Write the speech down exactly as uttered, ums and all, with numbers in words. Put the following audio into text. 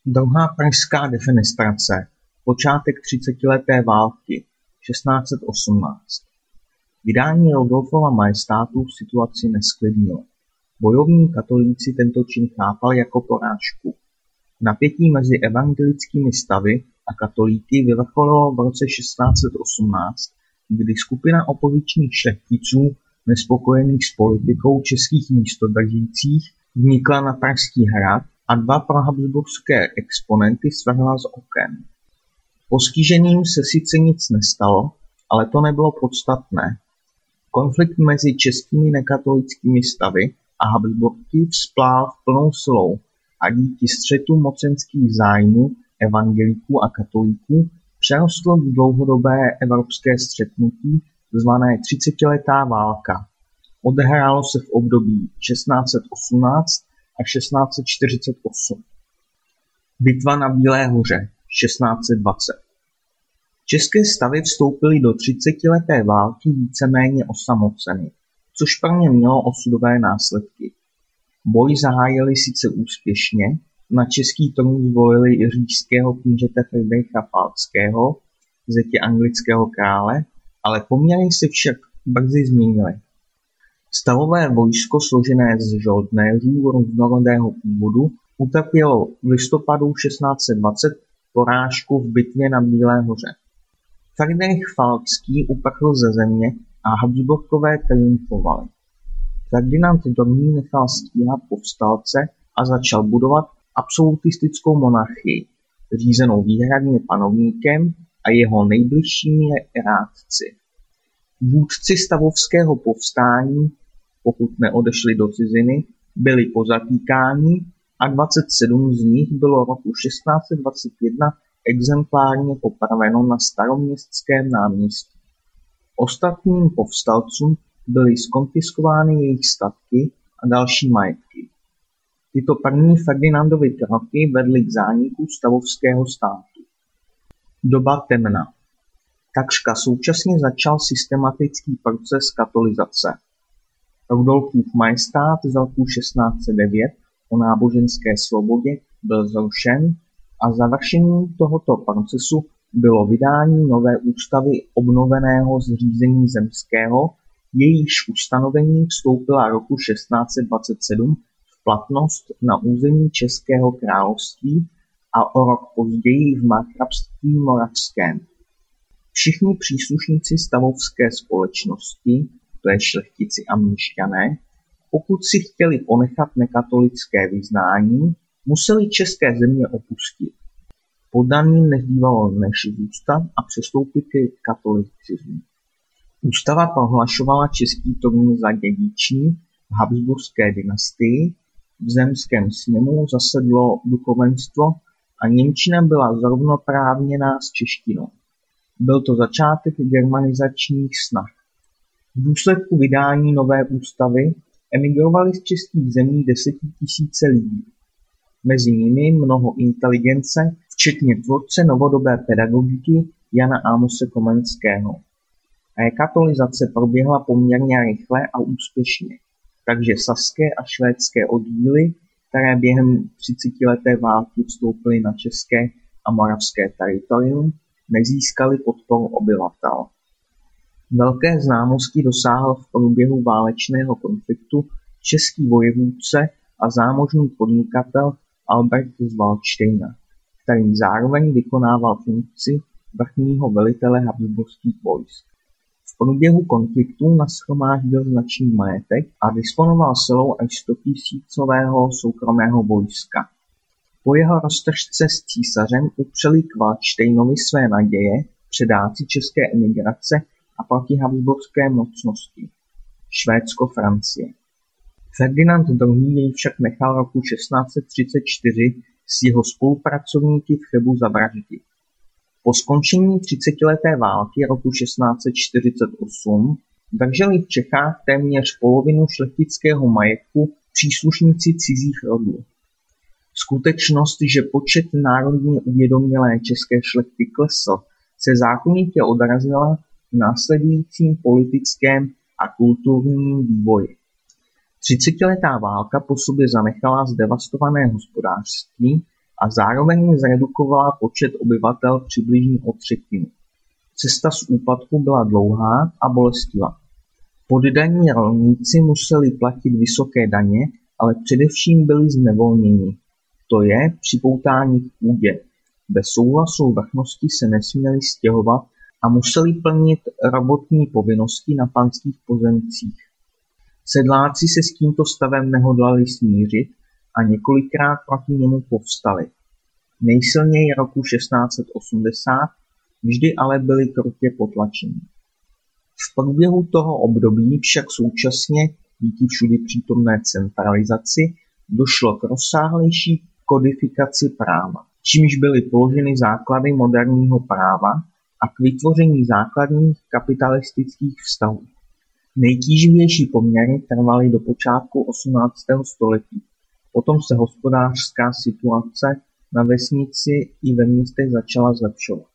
Druhá pražská defenestrace, počátek třicetileté války, šestnáct set osmnáct. Vydání Rudolfova majestátu situaci nesklidnilo. Bojovní katolíci tento čin chápali jako porážku. Napětí mezi evangelickými stavy a katolíky vyvrcholilo v roce šestnáct set osmnáct, kdy skupina opozičních šlechticů, nespokojených s politikou českých místodržících, vnikla na Pražský hrad a dva prohabsburské exponenty svrhla z oken. Postiženým se sice nic nestalo, ale to nebylo podstatné. Konflikt mezi českými nekatolickými stavy a Habsburky vzplál v plnou silou a díky střetu mocenských zájmů evangeliků a katolíků přerostlo v dlouhodobé evropské střetnutí zvané třicetiletá válka. Odehrálo se v období šestnáct set osmnáct a šestnáct set čtyřicet osm. Bitva na Bílé hoře šestnáct set dvacet. České stavy vstoupily do třicetileté války víceméně osamoceny, což pro ně mělo osudové následky. Boj zahájili sice úspěšně, na český trůn zvolili i říšského knížete Fridricha Falckého, zetě anglického krále, ale poměry se však brzy změnily. Stavové vojsko složené z žoldnéřů různorodého původu utrpělo v listopadu šestnáct set dvacet porážku v bitvě na Bílé hoře. Fridrich Falcký uprchl ze země a Habsburkové triumfovali. Ferdinand druhý. Nechal stíhat povstalce a začal budovat absolutistickou monarchii, řízenou výhradně panovníkem a jeho nejbližšími rádci. Vůdci stavovského povstání, pokud neodešli do ciziny, byli pozatýkáni a dvacet sedm z nich bylo roku šestnáct set dvacet jedna exemplárně popraveno na Staroměstském náměstí. Ostatním povstalcům byly zkonfiskovány jejich statky a další majetky. Tyto první Ferdinandovy kroky vedly k zániku stavovského státu. Doba temna. Takřka současně začal systematický proces katolizace. Rudolfův majestát z roku šestnáct set devět o náboženské svobodě byl zrušen a završením tohoto procesu bylo vydání nové ústavy obnoveného zřízení zemského, jejíž ustanovení vstoupila roku šestnáct set dvacet sedm v platnost na území Českého království a o rok později v markrabství moravském. Všichni příslušníci stavovské společnosti, to je šlechtici a měšťané, pokud si chtěli ponechat nekatolické vyznání, museli české země opustit. Poddaným nezbývalo než zůstat a přestoupit k katolicismu. Ústava prohlašovala český trůn za dědičný v habsburské dynastii, v zemském sněmu zasedlo duchovenstvo a němčina byla zrovnoprávněná s češtinou. Byl to začátek germanizačních snah. V důsledku vydání nové ústavy emigrovali z českých zemí desetitisíce lidí. Mezi nimi mnoho inteligence, včetně tvůrce novodobé pedagogiky Jana Amose Komenského. Rekatolizace proběhla poměrně rychle a úspěšně, takže saské a švédské oddíly, které během třicetileté války vstoupily na české a moravské teritorium, nezískaly podporu obyvatel. Velké známosti dosáhl v průběhu válečného konfliktu český vojevůdce a zámožný podnikatel Albert z Valdštejna, který zároveň vykonával funkci vrchního velitele habsburských vojsk. V průběhu konfliktu nashromáždil značný majetek a disponoval silou až stotisícového soukromého vojska. Po jeho roztržce s císařem upřeli k Valdštejnovi své naděje předáci české emigrace a proti habsburské mocnosti, Švédsko-Francie. Ferdinand druhý. Jej však nechal roku šestnáct set třicet čtyři s jeho spolupracovníky v Chebu zavraždit. Po skončení třicetileté války roku šestnáct set čtyřicet osm drželi v Čechách téměř polovinu šlechtického majetku příslušníci cizích rodů. Skutečnost, že počet národně uvědomělé české šlechty klesl, se zákonitě odrazila v následujícím politickém a kulturním vývoji. Třicetiletá válka po sobě zanechala zdevastované hospodářství a zároveň zredukovala počet obyvatel přibližně o třetinu. Cesta z úpadku byla dlouhá a bolestivá. Poddaní rolníci museli platit vysoké daně, ale především byli znevolněni. To je připoutání k půdě. Bez souhlasu vrchnosti se nesměli stěhovat a museli plnit robotní povinnosti na panských pozemcích. Sedláci se s tímto stavem nehodlali smířit a několikrát proti němu povstali. Nejsilněji roku šestnáct set osmdesát, vždy ale byli krutě potlačeni. V průběhu toho období však současně díky všudy přítomné centralizaci došlo k rozsáhlejší kodifikaci práva, čímž byly položeny základy moderního práva a k vytvoření základních kapitalistických vztahů. Nejtíživější poměry trvaly do počátku osmnáctého století. Potom se hospodářská situace na vesnici i ve městech začala zlepšovat.